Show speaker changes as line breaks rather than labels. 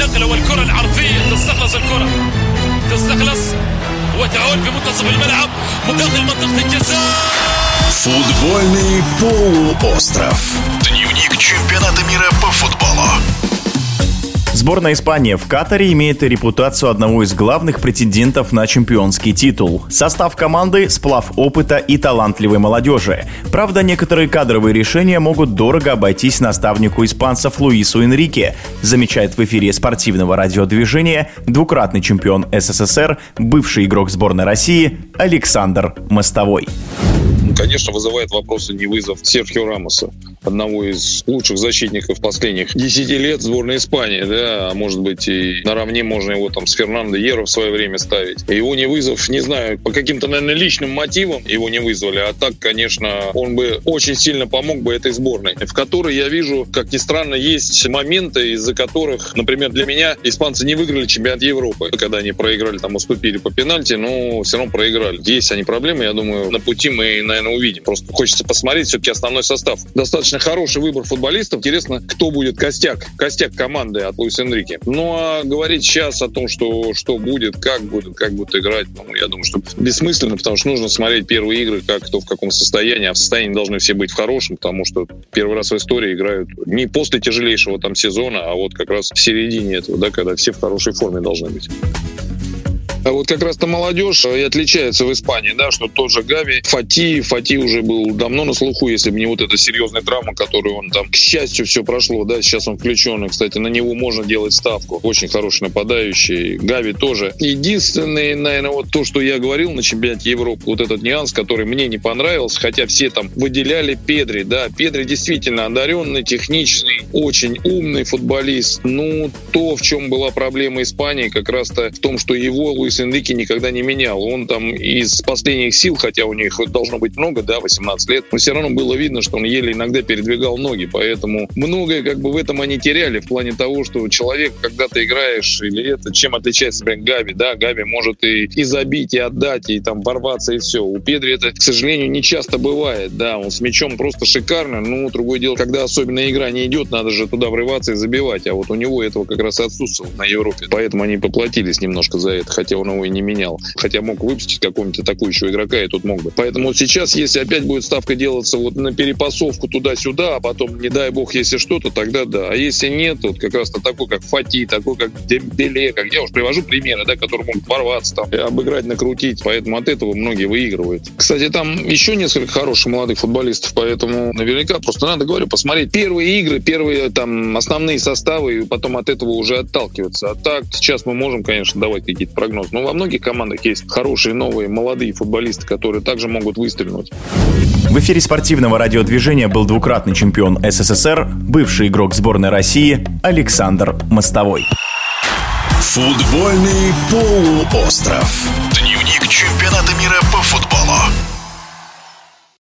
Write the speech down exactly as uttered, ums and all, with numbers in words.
النقلة والكرة العرضية تستخلص الكرة تستخلص وتعود في منتصف الملعب مقابل منطقة الجزاء.
Футбольный полуостров. Дневник чемпионата мира по футболу.
Сборная Испании в Катаре имеет репутацию одного из главных претендентов на чемпионский титул. Состав команды – сплав опыта и талантливой молодежи. Правда, некоторые кадровые решения могут дорого обойтись наставнику испанцев Луису Энрике, замечает в эфире спортивного радиодвижения двукратный чемпион СССР, бывший игрок сборной России Александр Мостовой.
Конечно, вызывает вопросы не вызов Серхио Рамоса, одного из лучших защитников последних десяти лет сборной Испании, да, а может быть и наравне можно его там с Фернандо Хьерро в свое время ставить. Его не вызов, не знаю, по каким-то, наверное, личным мотивам его не вызвали, а так, конечно, он бы очень сильно помог бы этой сборной, в которой я вижу, как ни странно, есть моменты, из-за которых, например, для меня испанцы не выиграли чемпионат Европы, когда они проиграли, там, уступили по пенальти, но все равно проиграли. Есть они проблемы, я думаю, на пути мы, наверное, увидим. Просто хочется посмотреть все-таки основной состав. Достаточно хороший выбор футболистов. Интересно, кто будет костяк, костяк команды от Луиса Энрике. Ну, а говорить сейчас о том, что, что будет, как будет, как будут играть, ну, я думаю, что бессмысленно, потому что нужно смотреть первые игры, как кто в каком состоянии, а в состоянии должны все быть в хорошем, потому что первый раз в истории играют не после тяжелейшего там сезона, а вот как раз в середине этого, да, когда все в хорошей форме должны быть. А вот как раз-то молодежь и отличается в Испании, да, что тот же Гави, Фати, Фати уже был давно на слуху, если бы не вот эта серьезная травма, которую он там, к счастью, все прошло, да, сейчас он включен, и, кстати, на него можно делать ставку. Очень хороший нападающий, Гави тоже. Единственное, наверное, вот то, что я говорил на чемпионате Европы, вот этот нюанс, который мне не понравился, хотя все там выделяли Педри, да, Педри действительно одаренный, техничный, очень умный футболист. Ну, то, в чем была проблема Испании, как раз-то в том, что его Луис Энрике никогда не менял. Он там из последних сил, хотя у них должно быть много, да, восемнадцать лет, но все равно было видно, что он еле иногда передвигал ноги, поэтому многое как бы в этом они теряли, в плане того, что человек, когда ты играешь, или это, чем отличается, например, Гави, да, Гави может и, и забить, и отдать, и там ворваться, и все. У Педри это, к сожалению, не часто бывает, да, он с мячом просто шикарно, но другое дело, когда особенно игра не идет, надо же туда врываться и забивать, а вот у него этого как раз отсутствовало на Европе, поэтому они поплатились немножко за это, хотя он его и не менял. Хотя мог выпустить какого-нибудь атакующего игрока, и тут мог бы. Поэтому вот сейчас, если опять будет ставка делаться вот на перепасовку туда-сюда, а потом, не дай бог, если что-то, тогда да. А если нет, вот как раз-то такой, как Фати, такой, как Дембеле, как я уж привожу примеры, да, которые могут ворваться, там, обыграть, накрутить. Поэтому от этого многие выигрывают. Кстати, там еще несколько хороших молодых футболистов, поэтому наверняка просто надо, говорю, посмотреть первые игры, первые там основные составы, и потом от этого уже отталкиваться. А так, сейчас мы можем, конечно, давать какие-то прогнозы. Но во многих командах есть хорошие, новые, молодые футболисты, которые также могут выстрелить.
В эфире спортивного радиодвижения был двукратный чемпион СССР, бывший игрок сборной России Александр Мостовой.
Футбольный полуостров. Дневник чемпионата мира по футболу.